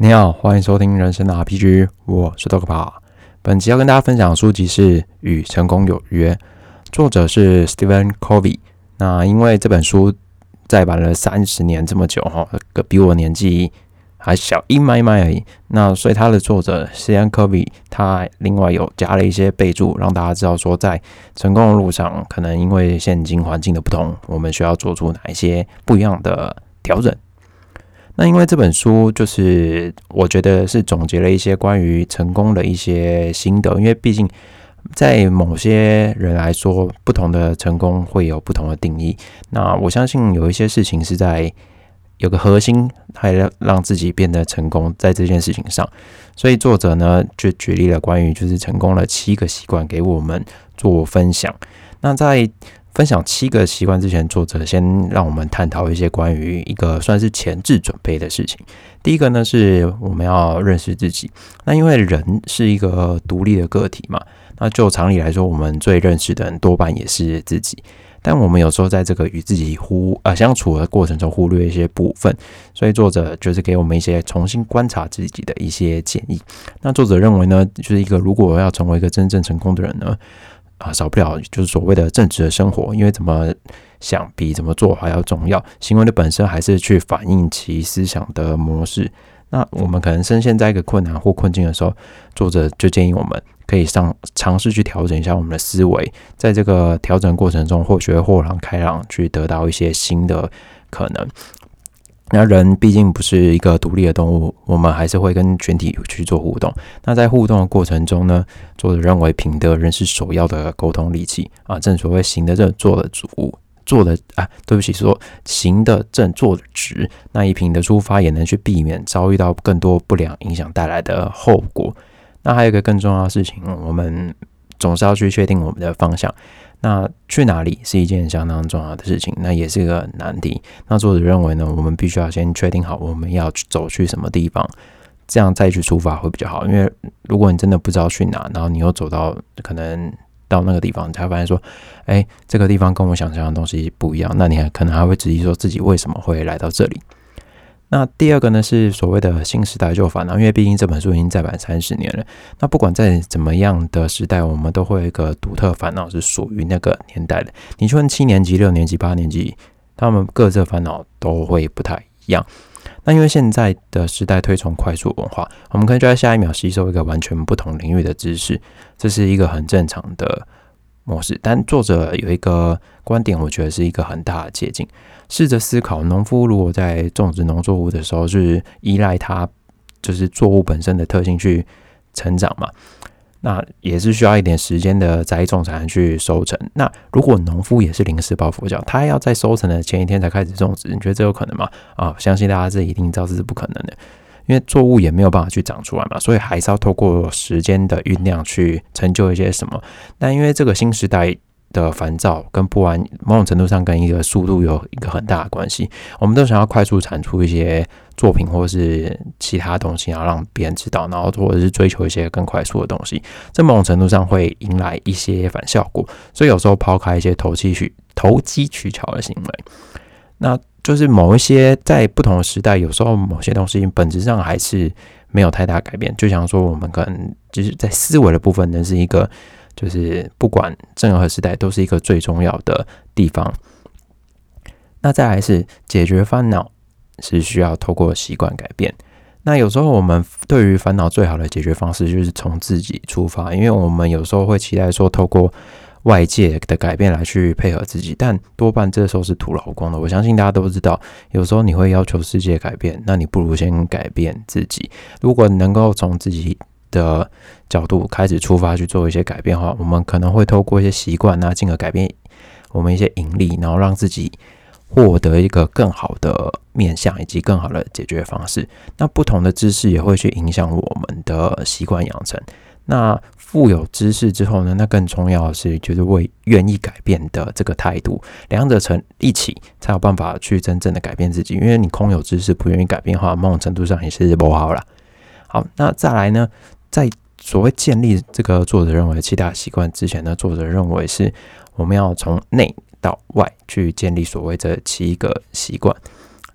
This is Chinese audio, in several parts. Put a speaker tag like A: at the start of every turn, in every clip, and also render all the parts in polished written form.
A: 你好，欢迎收听人生的 RPG， 我是 Docpa。本集要跟大家分享的书籍是《与成功有约》，作者是 Stephen Covey。那因为这本书再版了30年这么久，比我年纪还小一麦麦而已。那所以他的作者 Stephen Covey 他另外有加了一些备注，让大家知道说，在成功的路上，可能因为现今环境的不同，我们需要做出哪一些不一样的调整。那因为这本书就是我觉得是总结了一些关于成功的一些心得，因为毕竟在某些人来说，不同的成功会有不同的定义。那我相信有一些事情是在有个核心，还让自己变得成功在这件事情上。所以作者呢就举例了关于就是成功的7个习惯给我们做分享。那在分享7个习惯之前，作者先让我们探讨一些关于一个算是前置准备的事情。第一个呢，是我们要认识自己。那因为人是一个独立的个体嘛，那就常理来说，我们最认识的人多半也是自己。但我们有时候在这个与自己相处的过程中忽略一些部分，所以作者就是给我们一些重新观察自己的一些建议。那作者认为呢，就是如果要成为一个真正成功的人呢，少不了就是所谓的正直的生活，因为怎么想比怎么做还要重要。行为的本身还是去反映其思想的模式。那我们可能深陷在一个困难或困境的时候，作者就建议我们可以尝试去调整一下我们的思维，在这个调整过程中，或许会豁然开朗，去得到一些新的可能。那人毕竟不是一个独立的动物，我们还是会跟群体去做互动。那在互动的过程中呢，作者认为品德仍是首要的沟通利器啊。正所谓行得正，坐得足，说行得正，坐得直。那以品德出发，也能去避免遭遇到更多不良影响带来的后果。那还有一个更重要的事情，我们总是要去确定我们的方向。那去哪里是一件相当重要的事情，那也是一个难题。那作者认为呢，我们必须要先确定好我们要走去什么地方，这样再去出发会比较好。因为如果你真的不知道去哪，然后你又走到可能到那个地方，你才发现说，这个地方跟我想象的东西不一样，那你可能还会质疑说自己为什么会来到这里。那第二个呢，是所谓的新时代旧烦恼，因为毕竟这本书已经再版30年了。那不管在怎么样的时代，我们都会有一个独特烦恼是属于那个年代的。你去问7年级、6年级、8年级，他们各自的烦恼都会不太一样。那因为现在的时代推崇快速文化，我们可能就在下一秒吸收一个完全不同领域的知识，这是一个很正常的模式。但作者有一个观点，我觉得是一个很大的借鉴。试着思考，农夫如果在种植农作物的时候，是依赖它就是作物本身的特性去成长嘛，那也是需要一点时间的栽种才能去收成。那如果农夫也是临时抱佛脚，他要在收成的前一天才开始种植，你觉得这有可能吗？相信大家这一定知道这是不可能的，因为作物也没有办法去长出来嘛，所以还是要透过时间的酝酿去成就一些什么。但因为这个新时代的烦躁跟不安，某种程度上跟一个速度有一个很大的关系。我们都想要快速产出一些作品或是其他东西，然后让别人知道，然后或者是追求一些更快速的东西，这某种程度上会迎来一些反效果。所以有时候抛开一些投机取巧的行为，那就是某一些在不同的时代，有时候某些东西本质上还是没有太大改变。就像说，我们可能就是在思维的部分，那是一个就是不管任何时代都是一个最重要的地方。那再来是解决烦恼是需要透过习惯改变。那有时候我们对于烦恼最好的解决方式就是从自己出发，因为我们有时候会期待说透过外界的改变来去配合自己，但多半这时候是徒劳无功的。我相信大家都知道，有时候你会要求世界改变，那你不如先改变自己。如果能够从自己的角度开始出发去做一些改变的话，我们可能会透过一些习惯，那进而改变我们一些盈利，然后让自己获得一个更好的面向以及更好的解决方式。那不同的知识也会去影响我们的习惯养成。那富有知识之后呢，那更重要的是就是为愿意改变的这个态度，两者一起才有办法去真正的改变自己。因为你空有知识不愿意改变的话，某种程度上也是不好啦。好，那再来呢，在所谓建立这个作者认为的7大习惯之前呢，作者认为是我们要从内到外去建立所谓这7个习惯。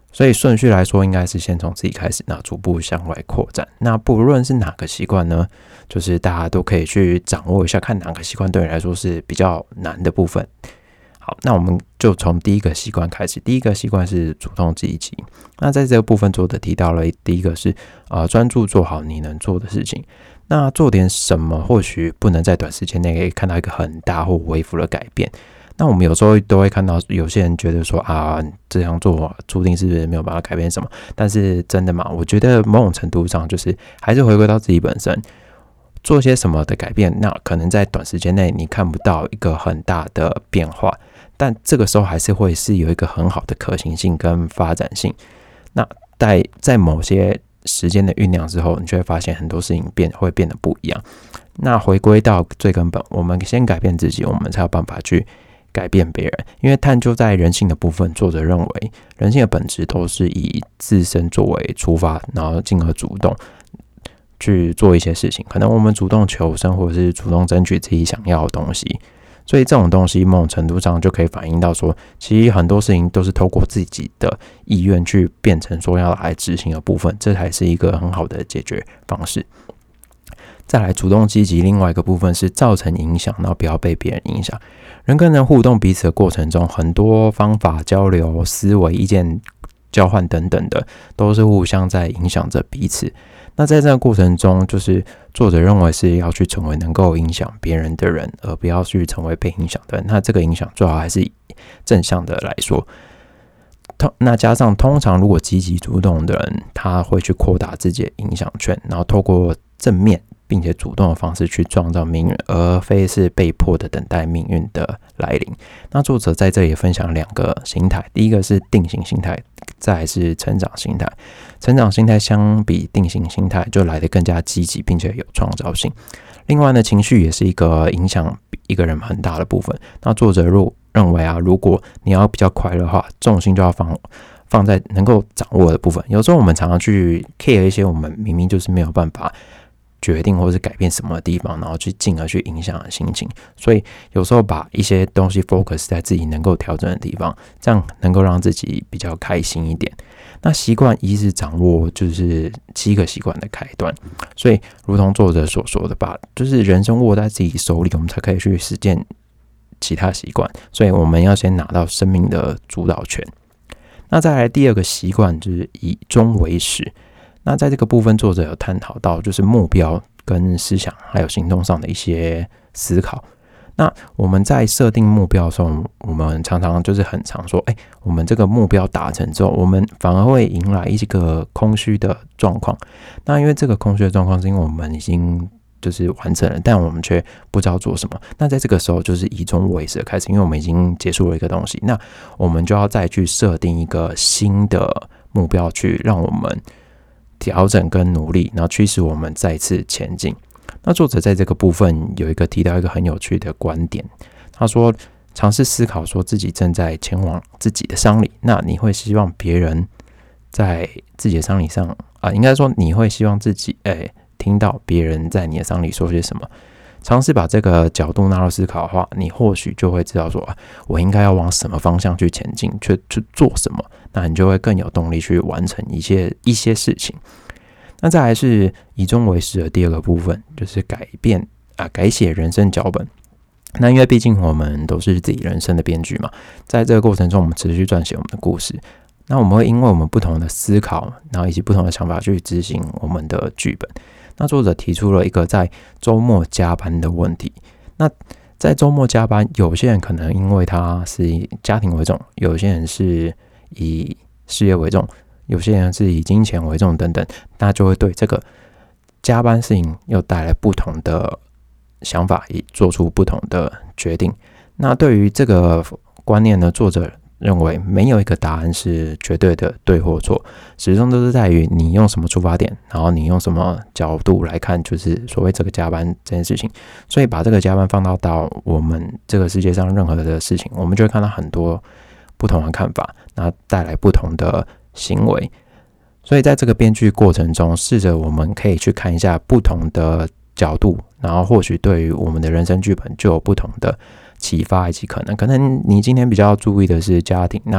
A: 所以顺序来说，应该是先从自己开始，那逐步向外扩展。那不论是哪个习惯呢，就是大家都可以去掌握一下，看哪个习惯对你来说是比较难的部分。好，那我们就从第一个习惯开始。第一个习惯是主动积极。那在这个部分，作者提到了第一个是专注做好你能做的事情。那做点什么，或许不能在短时间内可以看到一个很大或微幅的改变。那我们有时候都会看到有些人觉得说这样做注定是没有办法改变什么，但是真的嘛？我觉得某种程度上就是还是回归到自己本身，做些什么的改变，那可能在短时间内你看不到一个很大的变化，但这个时候还是会是有一个很好的可行性跟发展性。那在某些时间的酝酿之后，你就会发现很多事情会变得不一样。那回归到最根本，我们先改变自己，我们才有办法去改变别人。因为探究在人性的部分，作者认为人性的本质都是以自身作为出发，然后进而主动去做一些事情。可能我们主动求生，或者是主动争取自己想要的东西。所以这种东西某种程度上就可以反映到说，其实很多事情都是透过自己的意愿去变成说要来执行的部分，这才是一个很好的解决方式。再来，主动积极，另外一个部分是造成影响，然后不要被别人影响。人跟人互动彼此的过程中，很多方法交流、思维、意见交换等等的，都是互相在影响着彼此。那在这个过程中，就是作者认为是要去成为能够影响别人的人，而不要去成为被影响的人。那这个影响最好还是正向的来说。那加上通常如果积极主动的人，他会去扩大自己的影响圈，然后透过正面并且主动的方式去创造命运，而非是被迫的等待命运的来临。那作者在这里也分享两个心态，第一个是定型心态，再来是成长心态。成长心态相比定型心态就来得更加积极，并且有创造性。另外呢，情绪也是一个影响一个人很大的部分。那作者认为如果你要比较快乐的话，重心就要放在能够掌握的部分。有时候我们常常去 care 一些我们明明就是没有办法决定或是改变什么的地方，然后去进而去影响心情。所以有时候把一些东西 focus 在自己能够调整的地方，这样能够让自己比较开心一点。那习惯一是掌握就是7个习惯的开端，所以如同作者所说的吧，就是人生握在自己手里，我们才可以去实践其他习惯。所以我们要先拿到生命的主导权。那再来第二个习惯就是以终为始。那在这个部分，作者有探讨到就是目标跟思想还有行动上的一些思考。那我们在设定目标的时候，我们常常就是很常说，我们这个目标达成之后，我们反而会迎来一个空虚的状况。那因为这个空虚的状况是因为我们已经就是完成了，但我们却不知道做什么。那在这个时候就是以终为始的开始，因为我们已经结束了一个东西，那我们就要再去设定一个新的目标，去让我们调整跟努力，然后驱使我们再次前进。那作者在这个部分提到一个很有趣的观点，他说尝试思考说自己正在前往自己的丧礼，那你会希望别人在自己的丧礼上应该说你会希望自己听到别人在你的丧礼说些什么。尝试把这个角度纳入思考的话，你或许就会知道说我应该要往什么方向去前进，去做什么，那你就会更有动力去完成一些事情。那再来是以终为始的第二个部分，就是改写人生脚本。那因为毕竟我们都是自己人生的编剧嘛，在这个过程中我们持续撰写我们的故事。那我们会因为我们不同的思考，然后以及不同的想法去执行我们的剧本。那作者提出了一个在周末加班的问题。那在周末加班，有些人可能因为他是以家庭为重，有些人是以事业为重，有些人是以金钱为重等等，那就会对这个加班事情又带来不同的想法，也做出不同的决定。那对于这个观念呢，作者认为没有一个答案是绝对的对或错，始终都是在于你用什么出发点，然后你用什么角度来看，就是所谓这个加班这件事情。所以把这个加班放到我们这个世界上任何的事情，我们就会看到很多不同的看法，那带来不同的行为。所以在这个编剧过程中，试着我们可以去看一下不同的角度，然后或许对于我们的人生剧本就有不同的启发以及可能你今天比较注意的是家庭，那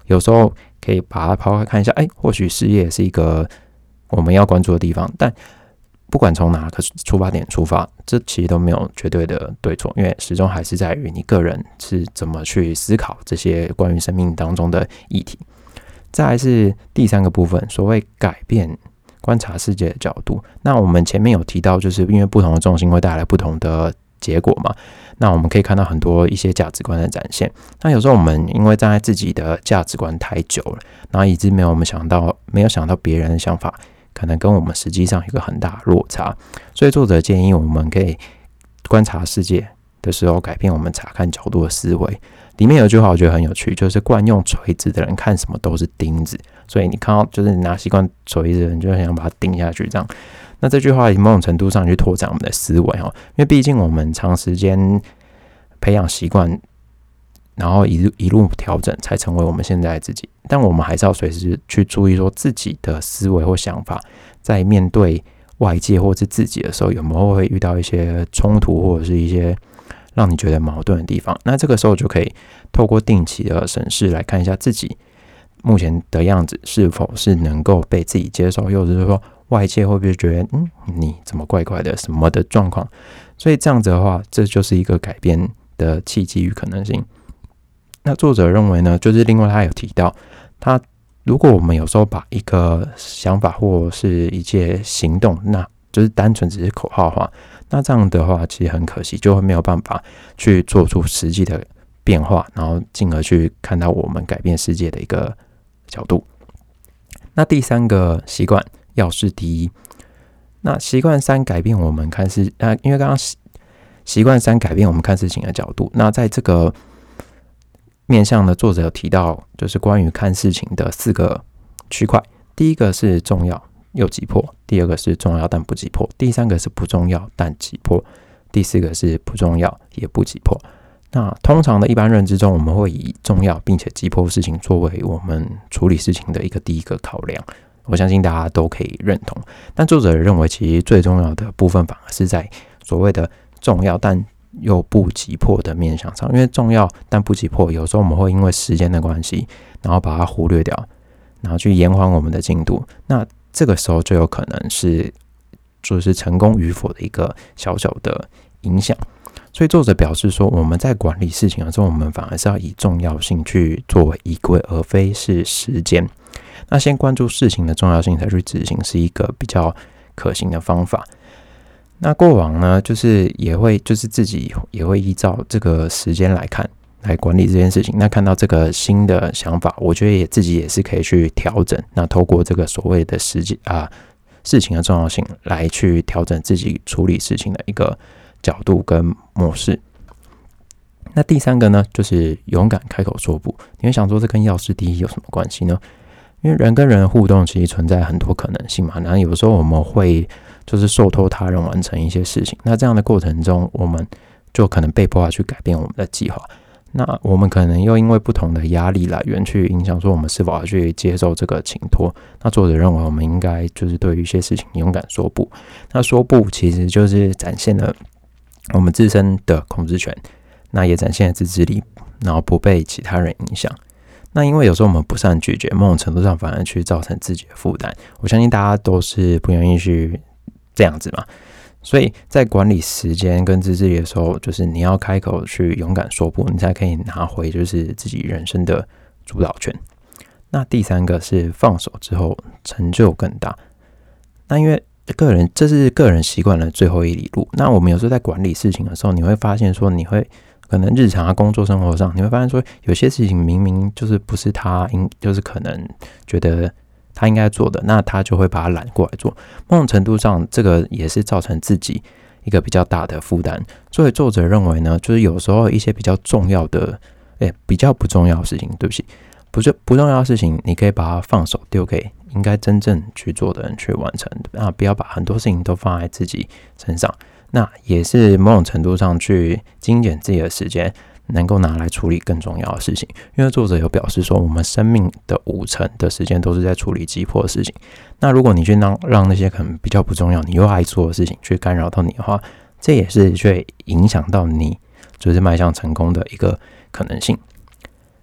A: 有时候可以把它抛开看一下，或许事业是一个我们要关注的地方，但不管从哪个出发点出发，这其实都没有绝对的对错，因为始终还是在于你个人是怎么去思考这些关于生命当中的议题。再来是第三个部分，所谓改变观察世界的角度。那我们前面有提到，就是因为不同的重心会带来不同的结果嘛，那我们可以看到很多一些价值观的展现。那有时候我们因为站在自己的价值观太久了，然后以致没有想到别人的想法可能跟我们实际上有一个很大的落差，所以作者建议我们可以观察世界的时候改变我们查看角度的思维。里面有一句话我觉得很有趣，就是惯用锤子的人看什么都是钉子，所以你看到就是你拿习惯锤子的人就很想把它钉下去这样。那这句话以某种程度上去拓展我们的思维，因为毕竟我们长时间培养习惯，然后一路调整才成为我们现在的自己，但我们还是要随时去注意说自己的思维或想法在面对外界或是自己的时候有没有会遇到一些冲突或者是一些让你觉得矛盾的地方。那这个时候就可以透过定期的审视来看一下自己目前的样子是否是能够被自己接受，又或者是说外界会不会觉得你怎么怪怪的什么的状况。所以这样子的话，这就是一个改变的契机与可能性。那作者认为呢，就是另外他有提到，如果我们有时候把一个想法或是一些行动，那就是单纯只是口号化，那这样的话其实很可惜，就会没有办法去做出实际的变化，然后进而去看到我们改变世界的一个角度。那第三个习惯要事第一。那习惯3改变我们看事，因为刚刚习惯3改变我们看事情的角度，那在这个面向的作者有提到，就是关于看事情的4个区块。第一个是重要又急迫，第二个是重要但不急迫，第三个是不重要但急迫，第4个是不重要也不急迫。那通常的一般认知中，我们会以重要并且急迫事情作为我们处理事情的第一个考量，我相信大家都可以认同。但作者认为，其实最重要的部分反而是在所谓的重要但又不急迫的面向上，因为重要但不急迫，有时候我们会因为时间的关系，然后把它忽略掉，然后去延缓我们的进度。那这个时候就有可能是就是成功与否的一个小小的影响。所以作者表示说，我们在管理事情的时候，我们反而是要以重要性去作为依归，而非是时间。那先关注事情的重要性才去执行，是一个比较可行的方法。那过往呢，就是自己也会依照这个时间来管理这件事情。那看到这个新的想法，我觉得自己也是可以去调整。那透过这个所谓的事情的重要性来去调整自己处理事情的一个角度跟模式。那第3个呢，就是勇敢开口说不。你会想说，这跟要事第一有什么关系呢？因为人跟人的互动其实存在很多可能性嘛，然后有时候我们会就是受托他人完成一些事情，那这样的过程中，我们就可能被迫要去改变我们的计划。那我们可能又因为不同的压力来源去影响说我们是否要去接受这个请托。那作者认为我们应该就是对于一些事情勇敢说不。那说不其实就是展现了我们自身的控制权，那也展现了自制力，然后不被其他人影响。那因为有时候我们不善拒绝，某种程度上反而去造成自己的负担。我相信大家都是不愿意去这样子嘛，所以在管理时间跟自制力的时候，就是你要开口去勇敢说不，你才可以拿回就是自己人生的主导权。那第3个是放手之后成就更大。那因为这是个人习惯的最后一里路。那我们有时候在管理事情的时候，你会发现说，你会可能日常工作生活上，你会发现说，有些事情明明就是不是他就是可能觉得他应该做的，那他就会把它揽过来做。某种程度上，这个也是造成自己一个比较大的负担。所以作者认为呢，就是有时候一些比较重要的，比较不重要的事情，对不起，不重要的事情，你可以把它放手丢给应该真正去做的人去完成。不要把很多事情都放在自己身上。那也是某种程度上去精简自己的时间，能够拿来处理更重要的事情。因为作者有表示说，我们生命的50%的时间都是在处理急迫的事情。那如果你去让那些可能比较不重要，你又爱做的事情去干扰到你的话，这也是会影响到你就是迈向成功的一个可能性。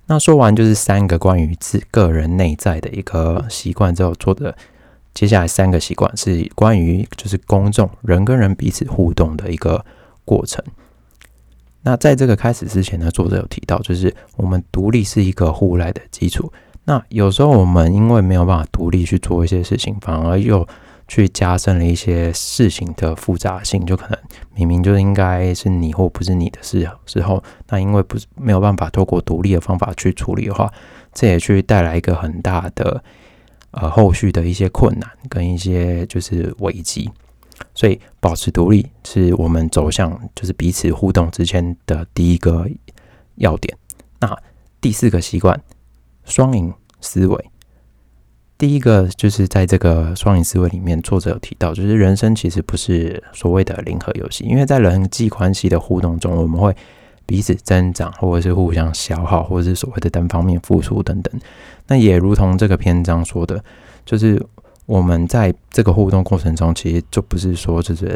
A: 那说完就是3个关于个人内在的一个习惯之后，做的接下来3个习惯是关于就是公众人跟人彼此互动的一个过程。那在这个开始之前呢，作者有提到，就是我们独立是一个互赖的基础。那有时候我们因为没有办法独立去做一些事情，反而又去加深了一些事情的复杂性，就可能明明就应该是你或不是你的时候，那因为没有办法透过独立的方法去处理的话，这也去带来一个很大的后续的一些困难跟一些就是危机。所以保持独立是我们走向就是彼此互动之间的第一个要点。那第4个习惯，双赢思维。第一个就是在这个双赢思维里面，作者有提到，就是人生其实不是所谓的零和游戏，因为在人际关系的互动中，我们会彼此增长，或者是互相消耗，或者是所谓的单方面付出等等。那也如同这个篇章说的，就是我们在这个互动过程中，其实就不是说就是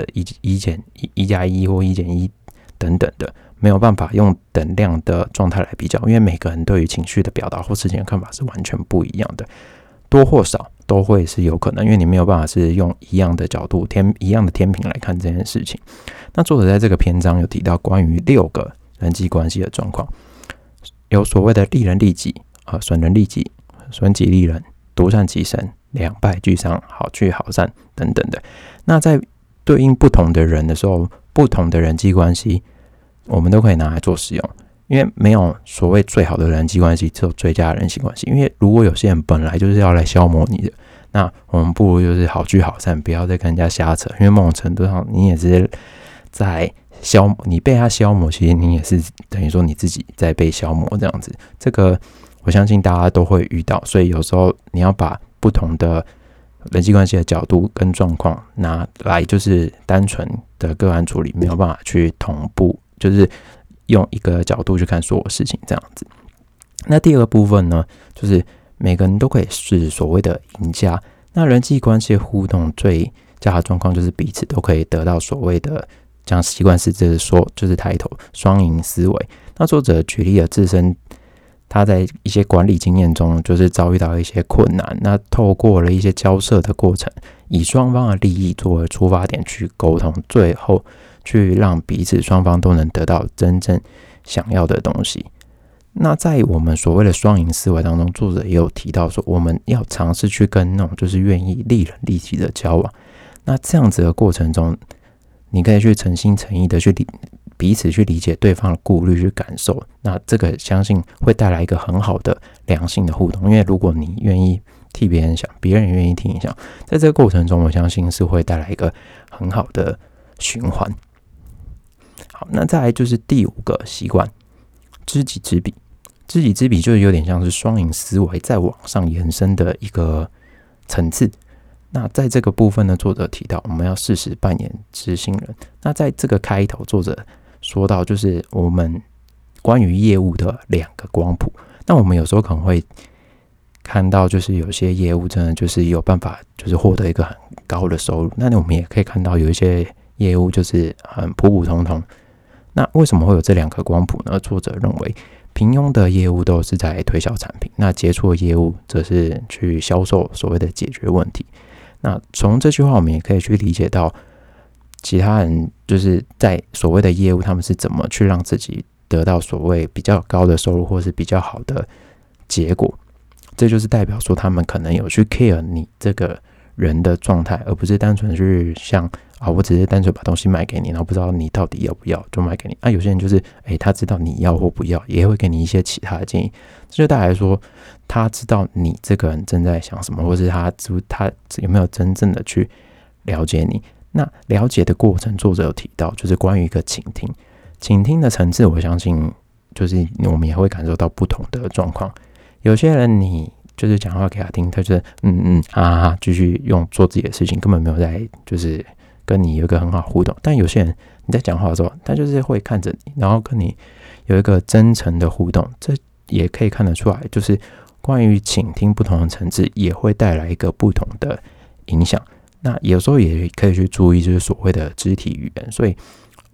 A: 1加1或1减1等等的，没有办法用等量的状态来比较，因为每个人对于情绪的表达或事情的看法是完全不一样的，多或少都会是有可能，因为你没有办法是用一样的角度、一样的天平来看这件事情。那作者在这个篇章有提到关于6个人际关系的状况，有所谓的利人利己、损人利己、损己利人、独善其身、两败俱伤、好聚好散等等的。那在对应不同的人的时候，不同的人际关系，我们都可以拿来做使用。因为没有所谓最好的人际关系，只有最佳的人际关系。因为如果有些人本来就是要来消磨你的，那我们不如就是好聚好散，不要再跟人家瞎扯。因为某种程度上，你也是在你被他消磨，其实你也是等于说你自己在被消磨这样子。这个我相信大家都会遇到，所以有时候你要把不同的人际关系的角度跟状况拿来，就是单纯的个案处理，没有办法去同步，就是用一个角度去看所有事情这样子。那第2个部分呢，就是每个人都可以是所谓的赢家。那人际关系互动最佳的状况就是彼此都可以得到所谓的，像习惯是这说就是抬头双赢思维。那作者举例了自身他在一些管理经验中就是遭遇到一些困难，那透过了一些交涉的过程，以双方的利益作为出发点去沟通，最后去让彼此双方都能得到真正想要的东西。那在我们所谓的双赢思维当中，作者也有提到说，我们要尝试去跟那种就是愿意利人利己的交往。那这样子的过程中，你可以去诚心诚意的去彼此去理解对方的顾虑，去感受。那这个相信会带来一个很好的良性的互动，因为如果你愿意替别人想，别人也愿意替你想，在这个过程中，我相信是会带来一个很好的循环。好，那再来就是第5个习惯，知己知彼。知己知彼就是有点像是双赢思维再往上延伸的一个层次。那在这个部分呢，作者提到我们要适时扮演知心人。那在这个开头，作者说到就是我们关于业务的2个光谱。那我们有时候可能会看到，就是有些业务真的就是有办法就是获得一个很高的收入，那我们也可以看到有一些业务就是很普普通通。那为什么会有这2个光谱呢？作者认为平庸的业务都是在推销产品，那杰出的业务则是去销售所谓的解决问题。那从这句话我们也可以去理解到其他人就是在所谓的业务，他们是怎么去让自己得到所谓比较高的收入或是比较好的结果。这就是代表说他们可能有去 care 你这个人的状态，而不是单纯去像我只是单纯把东西卖给你，然后不知道你到底要不要就卖给你。有些人就是他知道你要或不要，也会给你一些其他的建议。这就带来说他知道你这个人正在想什么，或是他有没有真正的去了解你。那了解的过程，作者有提到就是关于一个倾听的层次，我相信就是我们也会感受到不同的状况。有些人你就是讲话给他听，他就是继续做自己的事情，根本没有在就是跟你有一个很好的互动。但有些人你在讲话的时候，他就是会看着你，然后跟你有一个真诚的互动，这也可以看得出来，就是关于倾听不同的层次，也会带来一个不同的影响。那有时候也可以去注意，就是所谓的肢体语言。所以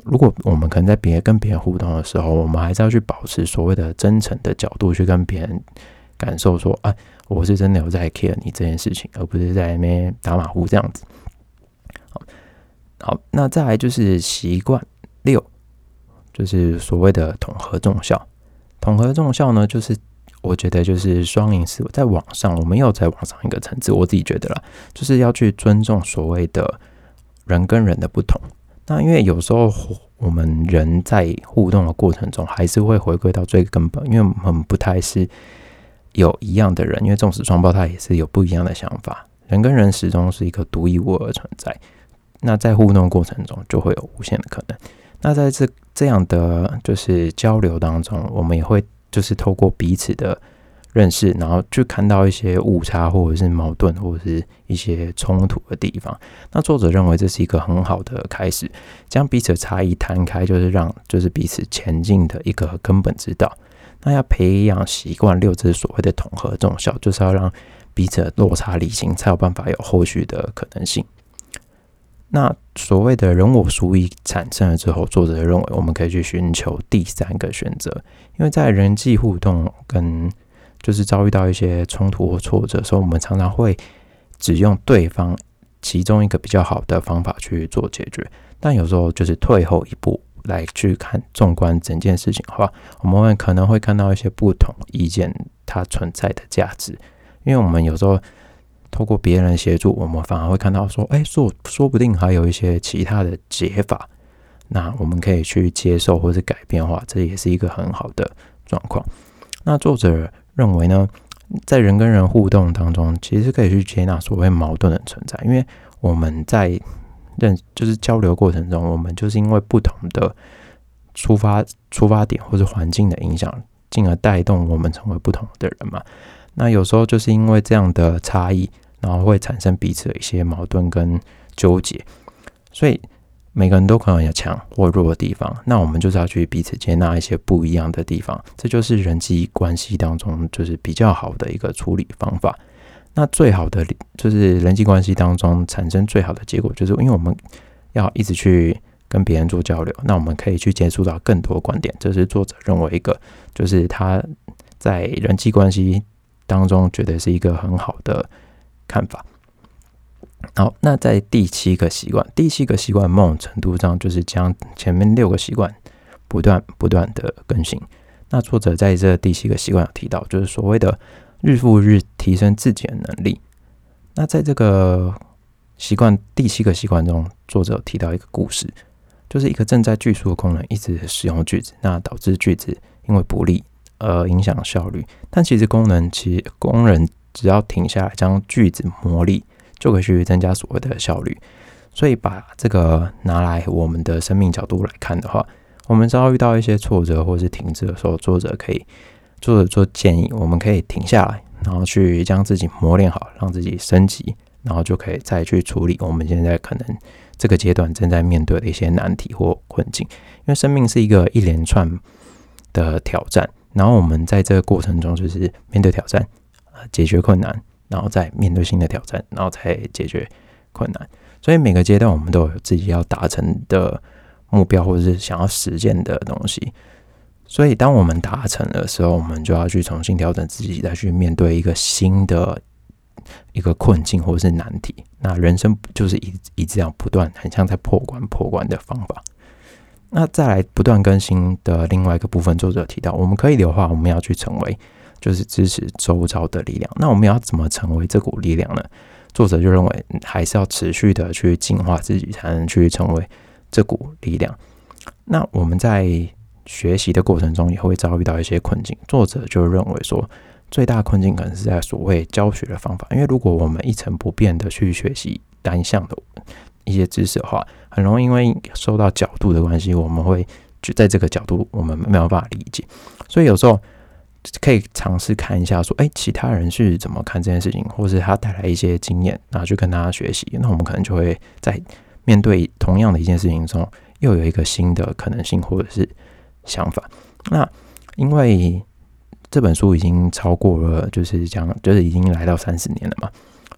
A: 如果我们可能在跟别人互动的时候，我们还是要去保持所谓的真诚的角度去跟别人感受说，我是真的有在 care 你这件事情，而不是在那边打马虎这样子。好，那再来就是习惯6，就是所谓的统合众效。统合众效呢，就是我觉得就是双赢思维，在网上我们又再往上一个层次，我自己觉得啦，就是要去尊重所谓的人跟人的不同。那因为有时候我们人在互动的过程中，还是会回归到最根本，因为我们不太是有一样的人，因为纵使双胞胎也是有不一样的想法，人跟人始终是一个独一无二的存在。那在互动过程中，就会有无限的可能。那在这样的就是交流当中，我们也会就是透过彼此的认识，然后去看到一些误差或者是矛盾或者是一些冲突的地方。那作者认为这是一个很好的开始，将彼此的差异摊开，就是让就是彼此前进的一个根本之道。那要培养习惯6，这是所谓的统合众效，就是要让彼此的落差理清，才有办法有后续的可能性。那所谓的人我殊异产生了之后，作者认为我们可以去寻求第3个选择，因为在人际互动跟就是遭遇到一些冲突或挫折的时候，我们常常会只用对方其中一个比较好的方法去做解决，但有时候就是退后一步来去看纵观整件事情的话，我们可能会看到一些不同意见它存在的价值，因为我们有时候透过别人的协助，我们反而会看到说，说不定还有一些其他的解法，那我们可以去接受或是改变的话，这也是一个很好的状况。那作者认为呢，在人跟人互动当中，其实可以去接纳所谓矛盾的存在，因为我们在就是交流过程中，我们就是因为不同的出发点或是环境的影响，进而带动我们成为不同的人嘛。那有时候就是因为这样的差异，然后会产生彼此的一些矛盾跟纠结，所以每个人都可能有强或弱的地方，那我们就是要去彼此接纳一些不一样的地方，这就是人际关系当中就是比较好的一个处理方法。那最好的就是人际关系当中产生最好的结果，就是因为我们要一直去跟别人做交流，那我们可以去接触到更多观点，这是作者认为一个就是他在人际关系当中觉得是一个很好的看法。好，那在第7个习惯某种程度上就是将前面6个习惯不断的更新。那作者在这第7个习惯有提到，就是所谓的日复日提升自己的能力。那在这个第7个习惯中，作者有提到一个故事，就是一个正在句数的功能一直使用句子，那导致句子因为不利而影响效率。但其实工人只要停下来将句子磨砺，就可以去增加所谓的效率。所以把这个拿来我们的生命角度来看的话，我们遭遇到一些挫折或是停滞的时候，作者做建议，我们可以停下来，然后去将自己磨练好，让自己升级，然后就可以再去处理我们现在可能这个阶段正在面对的一些难题或困境。因为生命是一连串的挑战，然后我们在这个过程中就是面对挑战，解决困难，然后再面对新的挑战，然后再解决困难。所以每个阶段我们都有自己要达成的目标，或者是想要实践的东西。所以当我们达成的时候，我们就要去重新调整自己，再去面对一个新的一个困境或者是难题。那人生就是以这样不断，很像在破关的方法。那再来不断更新的另外一个部分，作者提到，我们可以的话，我们要去成为就是支持周遭的力量。那我们要怎么成为这股力量呢？作者就认为还是要持续的去进化自己，才能去成为这股力量。那我们在学习的过程中也会遭遇到一些困境，作者就认为说，最大困境可能是在所谓教学的方法，因为如果我们一成不变的去学习单项的一些知识的话，很容易因为受到角度的关系，我们会就在这个角度我们没有办法理解，所以有时候可以尝试看一下说，其他人是怎么看这件事情，或是他带来一些经验，然后去跟他学习，那我们可能就会在面对同样的一件事情中，又有一个新的可能性或者是想法。那因为这本书已经超过了就是已经来到30年了嘛，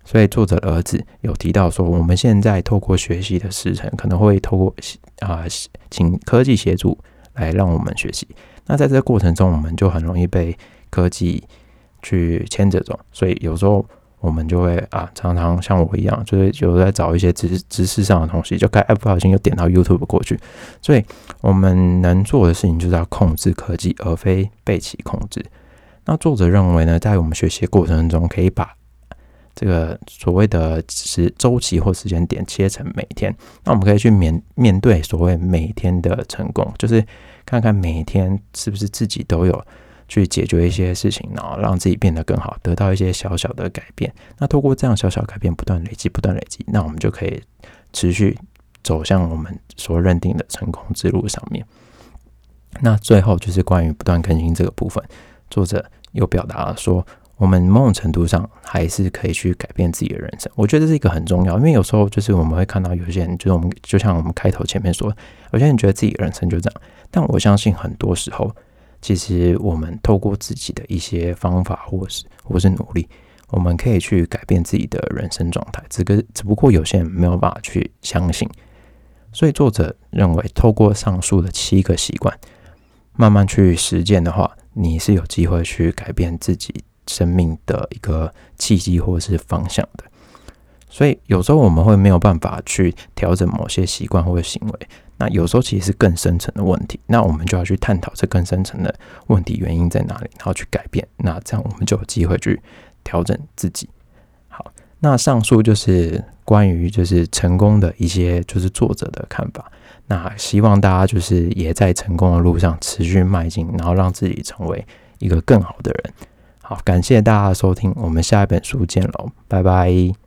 A: 所以作者的儿子有提到说，我们现在透过学习的时程，可能会透过请科技协助来让我们学习。那在这个过程中，我们就很容易被科技去牵着走，所以有时候我们就会常常像我一样，就是有在找一些知识上的东西，就开 App 不小心就点到 YouTube 过去。所以我们能做的事情就是要控制科技，而非被其控制。那作者认为呢，在我们学习的过程中，可以把这个所谓的周期或时间点切成每天，那我们可以去面对所谓每天的成功，就是看看每天是不是自己都有去解决一些事情，然后让自己变得更好，得到一些小小的改变。那透过这样小小改变不断累积，那我们就可以持续走向我们所认定的成功之路上面。那最后就是关于不断更新这个部分，作者又表达了说，我们某种程度上还是可以去改变自己的人生。我觉得这是一个很重要，因为有时候就是我们会看到有些人，就像我们开头前面说，有些人觉得自己的人生就这样，但我相信很多时候，其实我们透过自己的一些方法或是努力，我们可以去改变自己的人生状态，只不过有些人没有办法去相信。所以作者认为，透过上述的7个习惯，慢慢去实践的话，你是有机会去改变自己生命的一个契机或是方向的。所以有时候我们会没有办法去调整某些习惯或者行为，那有时候其实是更深层的问题，那我们就要去探讨这更深层的问题原因在哪里，然后去改变，那这样我们就有机会去调整自己。好，那上述就是关于就是成功的一些就是作者的看法，那希望大家就是也在成功的路上持续迈进，然后让自己成为一个更好的人。好，感谢大家的收听，我们下一本书见喽，拜拜。